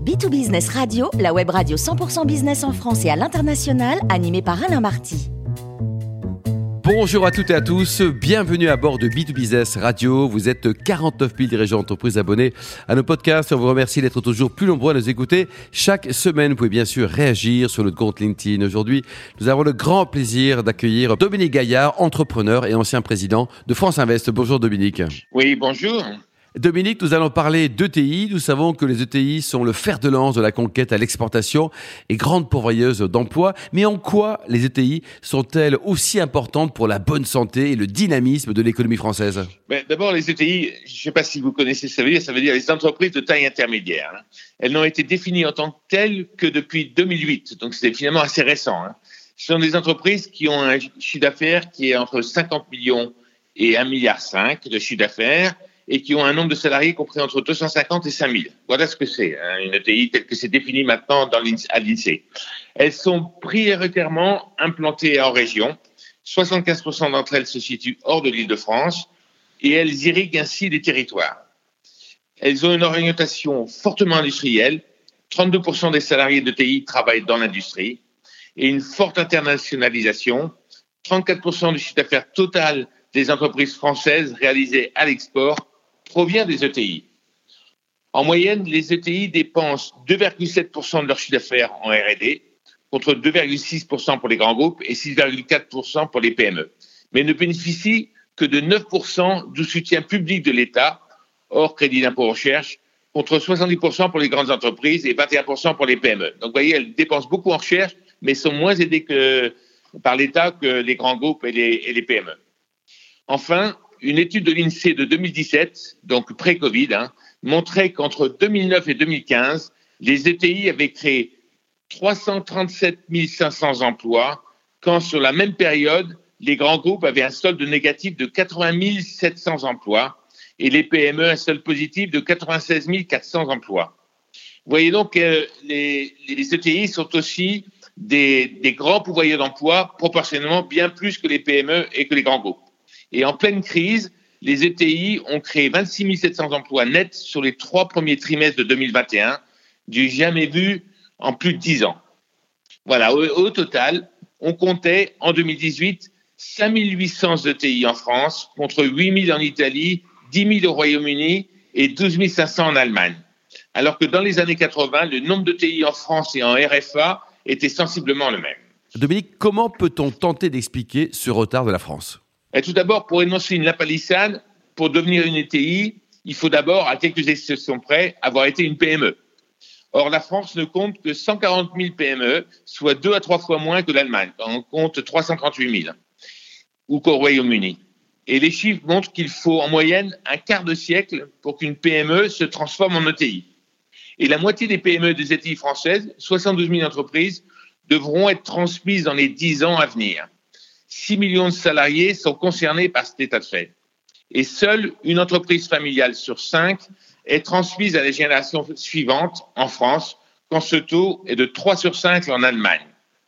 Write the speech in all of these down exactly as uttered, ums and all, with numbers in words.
B deux Business Radio, la web radio cent pour cent business en France et à l'international, animée par Alain Marty. Bonjour à toutes et à tous, bienvenue à bord de B deux Business Radio. Vous êtes quarante-neuf mille dirigeants d'entreprises abonnés à nos podcasts. On vous remercie d'être toujours plus nombreux à nous écouter chaque semaine. Vous pouvez bien sûr réagir sur notre compte LinkedIn. Aujourd'hui, nous avons le grand plaisir d'accueillir Dominique Gaillard, entrepreneur et ancien président de France Invest. Bonjour Dominique. Oui, bonjour. Dominique, nous allons parler d'E T I. Nous savons que les E T I sont le fer de lance de la conquête à l'exportation et grande pourvoyeuse d'emplois. Mais en quoi les E T I sont-elles aussi importantes pour la bonne santé et le dynamisme de l'économie française ? Ben, d'abord, les E T I, je ne sais pas si vous connaissez ce que ça veut dire, ça veut dire les entreprises de taille intermédiaire. Hein. Elles n'ont été définies en tant que telles que depuis deux mille huit, donc c'est finalement assez récent. Hein. Ce sont des entreprises qui ont un chiffre d'affaires qui est entre cinquante millions et un virgule cinq milliard de chiffre d'affaires, et qui ont un nombre de salariés compris entre deux cent cinquante et cinq mille. Voilà ce que c'est, hein, une E T I telle que c'est défini maintenant dans à l'INSEE. Elles sont prioritairement implantées en région. soixante-quinze pour cent d'entre elles se situent hors de l'Île-de-France et elles irriguent ainsi les territoires. Elles ont une orientation fortement industrielle. trente-deux pour cent des salariés d'E T I travaillent dans l'industrie et une forte internationalisation. trente-quatre pour cent du chiffre d'affaires total des entreprises françaises réalisées à l'export provient des E T I. En moyenne, les E T I dépensent deux virgule sept pour cent de leur chiffre d'affaires en R et D, contre deux virgule six pour cent pour les grands groupes et six virgule quatre pour cent pour les P M E, mais ne bénéficient que de neuf pour cent du soutien public de l'État, hors crédit d'impôt recherche, contre soixante-dix pour cent pour les grandes entreprises et vingt et un pour cent pour les P M E. Donc, vous voyez, elles dépensent beaucoup en recherche, mais sont moins aidées que, par l'État que les grands groupes et les, et les P M E. Enfin, une étude de l'INSEE de deux mille dix-sept, donc pré-Covid, hein, montrait qu'entre deux mille neuf et deux mille quinze, les E T I avaient créé trois cent trente-sept mille cinq cents emplois, quand sur la même période, les grands groupes avaient un solde négatif de quatre-vingt mille sept cents emplois et les P M E un solde positif de quatre-vingt-seize mille quatre cents emplois. Vous voyez donc que euh, les, les E T I sont aussi des, des grands pourvoyeurs d'emplois, proportionnellement bien plus que les P M E et que les grands groupes. Et en pleine crise, les E T I ont créé vingt-six mille sept cents emplois nets sur les trois premiers trimestres de deux mille vingt et un, du jamais vu en plus de dix ans. Voilà, au, au total, on comptait en deux mille dix-huit cinq mille huit cents E T I en France, contre huit mille en Italie, dix mille au Royaume-Uni et douze mille cinq cents en Allemagne. Alors que dans les années quatre-vingts, le nombre d'E T I en France et en R F A était sensiblement le même. Dominique, comment peut-on tenter d'expliquer ce retard de la France ? Et tout d'abord, pour énoncer une lapalissade, pour devenir une E T I, il faut d'abord, à quelques exceptions près, avoir été une P M E. Or, la France ne compte que cent quarante mille P M E, soit deux à trois fois moins que l'Allemagne, quand on compte trois cent trente-huit mille, ou qu'au Royaume-Uni. Et les chiffres montrent qu'il faut en moyenne un quart de siècle pour qu'une P M E se transforme en E T I. Et la moitié des P M E des E T I françaises, soixante-douze mille entreprises, devront être transmises dans les dix ans à venir. six millions de salariés sont concernés par cet état de fait. Et seule une entreprise familiale sur cinq est transmise à la génération suivante en France, quand ce taux est de trois sur cinq en Allemagne.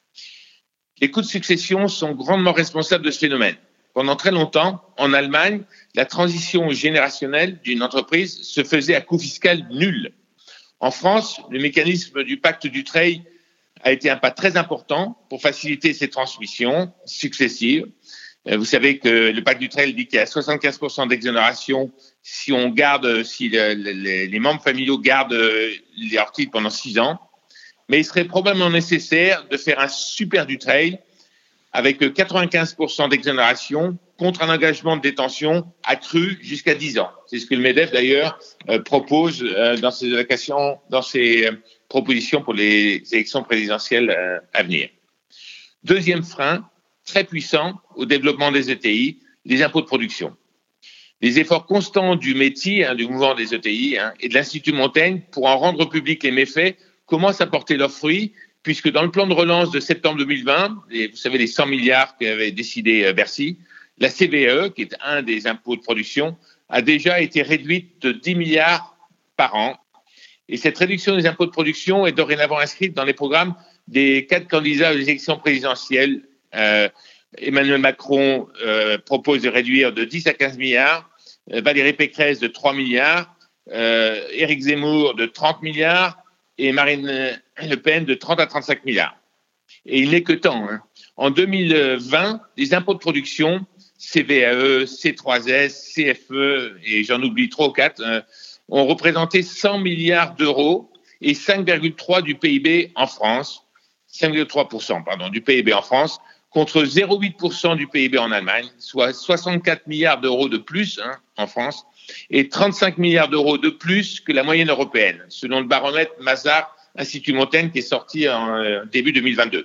Les coûts de succession sont grandement responsables de ce phénomène. Pendant très longtemps, en Allemagne, la transition générationnelle d'une entreprise se faisait à coût fiscal nul. En France, le mécanisme du pacte Dutreil a été un pas très important pour faciliter ces transmissions successives. Vous savez que le pacte Dutreil dit qu'il y a soixante-quinze pour cent d'exonération si on garde, si le, le, les membres familiaux gardent leur titre pendant six ans. Mais il serait probablement nécessaire de faire un super Dutreil avec quatre-vingt-quinze pour cent d'exonération contre un engagement de détention accru jusqu'à dix ans. C'est ce que le MEDEF d'ailleurs euh, propose euh, dans ses allocations, dans ses euh, propositions pour les élections présidentielles euh, à venir. Deuxième frein, très puissant au développement des E T I, les impôts de production. Les efforts constants du METI, hein, du mouvement des E T I, hein, et de l'Institut Montaigne pour en rendre public les méfaits commencent à porter leurs fruits, puisque dans le plan de relance de septembre deux mille vingt, les, vous savez les cent milliards qu'avait décidé euh, Bercy, la C V A E, qui est un des impôts de production, a déjà été réduite de dix milliards par an. Et cette réduction des impôts de production est dorénavant inscrite dans les programmes des quatre candidats aux élections présidentielles. Euh, Emmanuel Macron euh, propose de réduire de dix à quinze milliards, euh, Valérie Pécresse de trois milliards, euh, Éric Zemmour de trente milliards, et Marine Le Pen de trente à trente-cinq milliards. Et il n'est que temps. Hein. En deux mille vingt, les impôts de production, C V A E, C trois S, C F E, et j'en oublie trois ou quatre, euh, ont représenté cent milliards d'euros et cinq virgule trois du P I B en France, cinq virgule trois pour cent pardon, du P I B en France, contre zéro virgule huit pour cent du P I B en Allemagne, soit soixante-quatre milliards d'euros de plus hein, en France, et trente-cinq milliards d'euros de plus que la moyenne européenne, selon le baromètre Mazars Institut Montaigne qui est sorti en euh, début deux mille vingt-deux.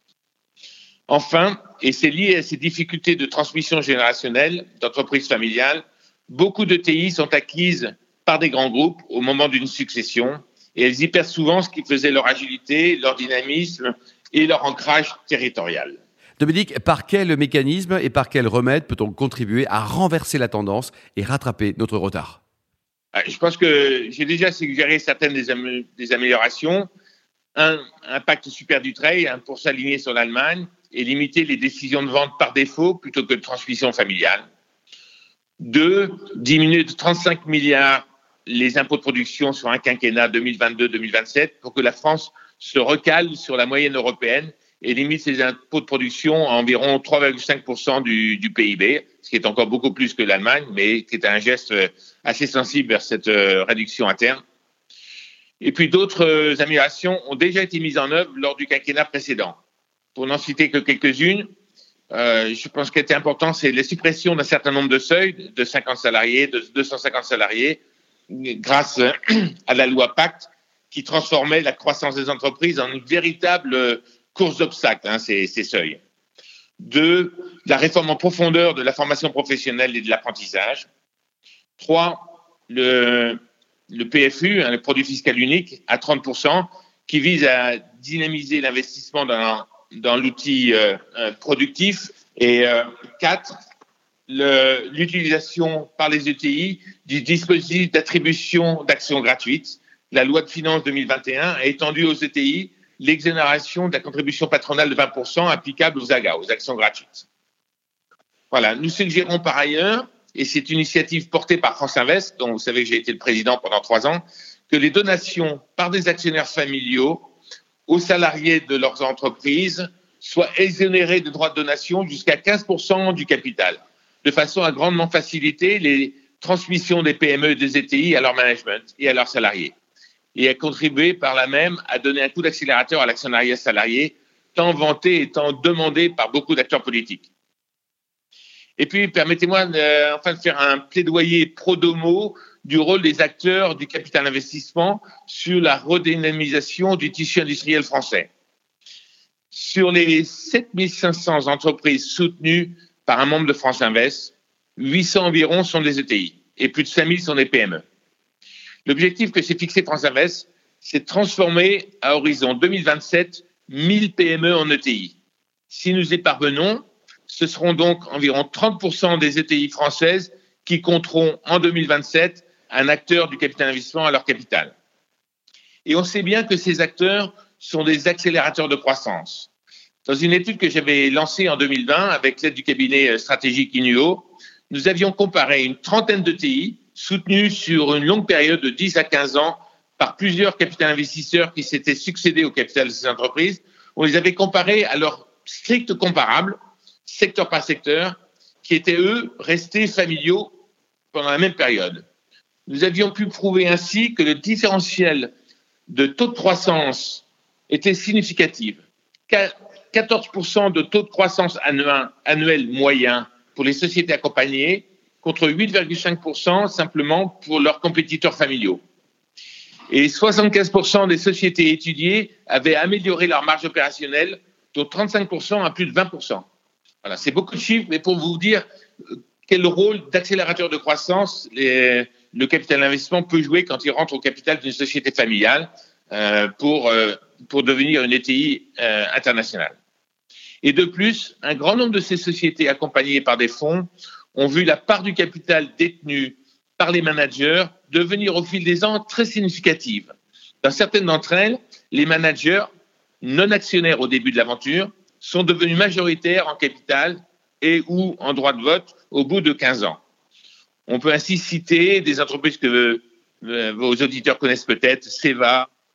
Enfin, et c'est lié à ces difficultés de transmission générationnelle d'entreprises familiales, beaucoup de T I sont acquises par des grands groupes au moment d'une succession et elles y perdent souvent ce qui faisait leur agilité, leur dynamisme et leur ancrage territorial. Dominique, par quel mécanisme et par quel remède peut-on contribuer à renverser la tendance et rattraper notre retard ? Je pense que j'ai déjà suggéré certaines des, am- des améliorations. Un, un pacte super Dutreil hein, pour s'aligner sur l'Allemagne et limiter les décisions de vente par défaut plutôt que de transmission familiale. Deux, diminuer de trente-cinq milliards les impôts de production sur un quinquennat deux mille vingt-deux deux mille vingt-sept pour que la France se recale sur la moyenne européenne et limite ses impôts de production à environ trois virgule cinq pour cent du, du P I B, ce qui est encore beaucoup plus que l'Allemagne, mais qui est un geste assez sensible vers cette euh, réduction interne. Et puis d'autres euh, améliorations ont déjà été mises en œuvre lors du quinquennat précédent. Pour n'en citer que quelques-unes, euh, je pense qu'il était important, c'est la suppression d'un certain nombre de seuils, de cinquante salariés, de deux cent cinquante salariés, grâce à la loi Pacte, qui transformait la croissance des entreprises en une véritable course d'obstacles, hein, ces, ces seuils. Deux, la réforme en profondeur de la formation professionnelle et de l'apprentissage. Trois, le, le P F U, hein, le produit fiscal unique, à trente pour cent, qui vise à dynamiser l'investissement dans, dans l'outil euh, productif. Et euh, quatre, le, l'utilisation par les E T I du dispositif d'attribution d'actions gratuites. La loi de finances deux mille vingt et un a étendu aux E T I l'exonération de la contribution patronale de vingt pour cent applicable aux A G A, aux actions gratuites. Voilà. Nous suggérons par ailleurs, et c'est une initiative portée par France Invest, dont vous savez que j'ai été le président pendant trois ans, que les donations par des actionnaires familiaux aux salariés de leurs entreprises soient exonérées de droits de donation jusqu'à quinze pour cent du capital, de façon à grandement faciliter les transmissions des P M E et des E T I à leur management et à leurs salariés, et à contribuer par là même à donner un coup d'accélérateur à l'actionnariat salarié, tant vanté et tant demandé par beaucoup d'acteurs politiques. Et puis, permettez-moi euh, enfin de faire un plaidoyer pro domo du rôle des acteurs du capital investissement sur la redynamisation du tissu industriel français. Sur les sept mille cinq cents entreprises soutenues par un membre de France Invest, huit cents environ sont des E T I et plus de cinq mille sont des P M E. L'objectif que s'est fixé France Invest, c'est de transformer à horizon deux mille vingt-sept mille P M E en E T I. Si nous y parvenons, ce seront donc environ trente pour cent des E T I françaises qui compteront en deux mille vingt-sept un acteur du capital investissement à leur capital. Et on sait bien que ces acteurs sont des accélérateurs de croissance. Dans une étude que j'avais lancée en deux mille vingt avec l'aide du cabinet stratégique Inuo, nous avions comparé une trentaine d'E T I soutenus sur une longue période de dix à quinze ans par plusieurs capital investisseurs qui s'étaient succédés au capital de ces entreprises. On les avait comparés à leurs stricts comparables, secteur par secteur, qui étaient, eux, restés familiaux pendant la même période. Nous avions pu prouver ainsi que le différentiel de taux de croissance était significatif. quatorze pour cent de taux de croissance annuel, annuel moyen pour les sociétés accompagnées, contre huit virgule cinq pour cent simplement pour leurs compétiteurs familiaux. Et soixante-quinze pour cent des sociétés étudiées avaient amélioré leur marge opérationnelle, dont trente-cinq pour cent à plus de vingt pour cent. Voilà, c'est beaucoup de chiffres, mais pour vous dire quel rôle d'accélérateur de croissance les, le capital d'investissement peut jouer quand il rentre au capital d'une société familiale euh, pour, euh, pour devenir une E T I euh, internationale. Et de plus, un grand nombre de ces sociétés accompagnées par des fonds ont vu la part du capital détenue par les managers devenir au fil des ans très significative. Dans certaines d'entre elles, les managers non actionnaires au début de l'aventure sont devenus majoritaires en capital et ou en droit de vote au bout de quinze ans. On peut ainsi citer des entreprises que euh, vos auditeurs connaissent peut-être, Ceva,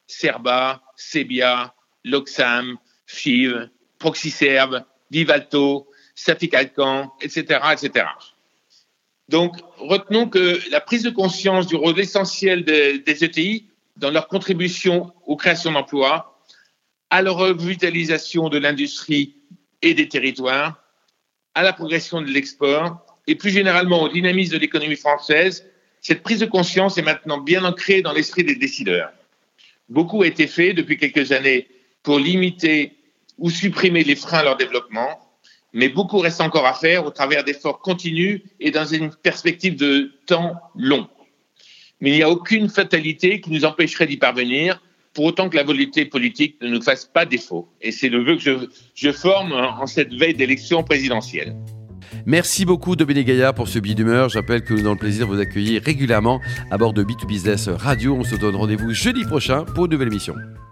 Cerba, Sebia, Loxam, Fives, Proxiserve, Vivalto, Safik-Alcan, et cetera, et cetera. Donc, retenons que la prise de conscience du rôle essentiel des, des E T I dans leur contribution aux créations d'emplois, à la revitalisation de l'industrie et des territoires, à la progression de l'export et plus généralement au dynamisme de l'économie française, cette prise de conscience est maintenant bien ancrée dans l'esprit des décideurs. Beaucoup a été fait depuis quelques années pour limiter ou supprimer les freins à leur développement, mais beaucoup reste encore à faire au travers d'efforts continus et dans une perspective de temps long. Mais il n'y a aucune fatalité qui nous empêcherait d'y parvenir, pour autant que la volonté politique ne nous fasse pas défaut. Et c'est le vœu que je, je forme en cette veille d'élection présidentielle. Merci beaucoup Dominique Gaillard pour ce billet d'humeur. J'appelle que nous avons le plaisir de vous accueillir régulièrement à bord de B deux Business Radio. On se donne rendez-vous jeudi prochain pour une nouvelle émission.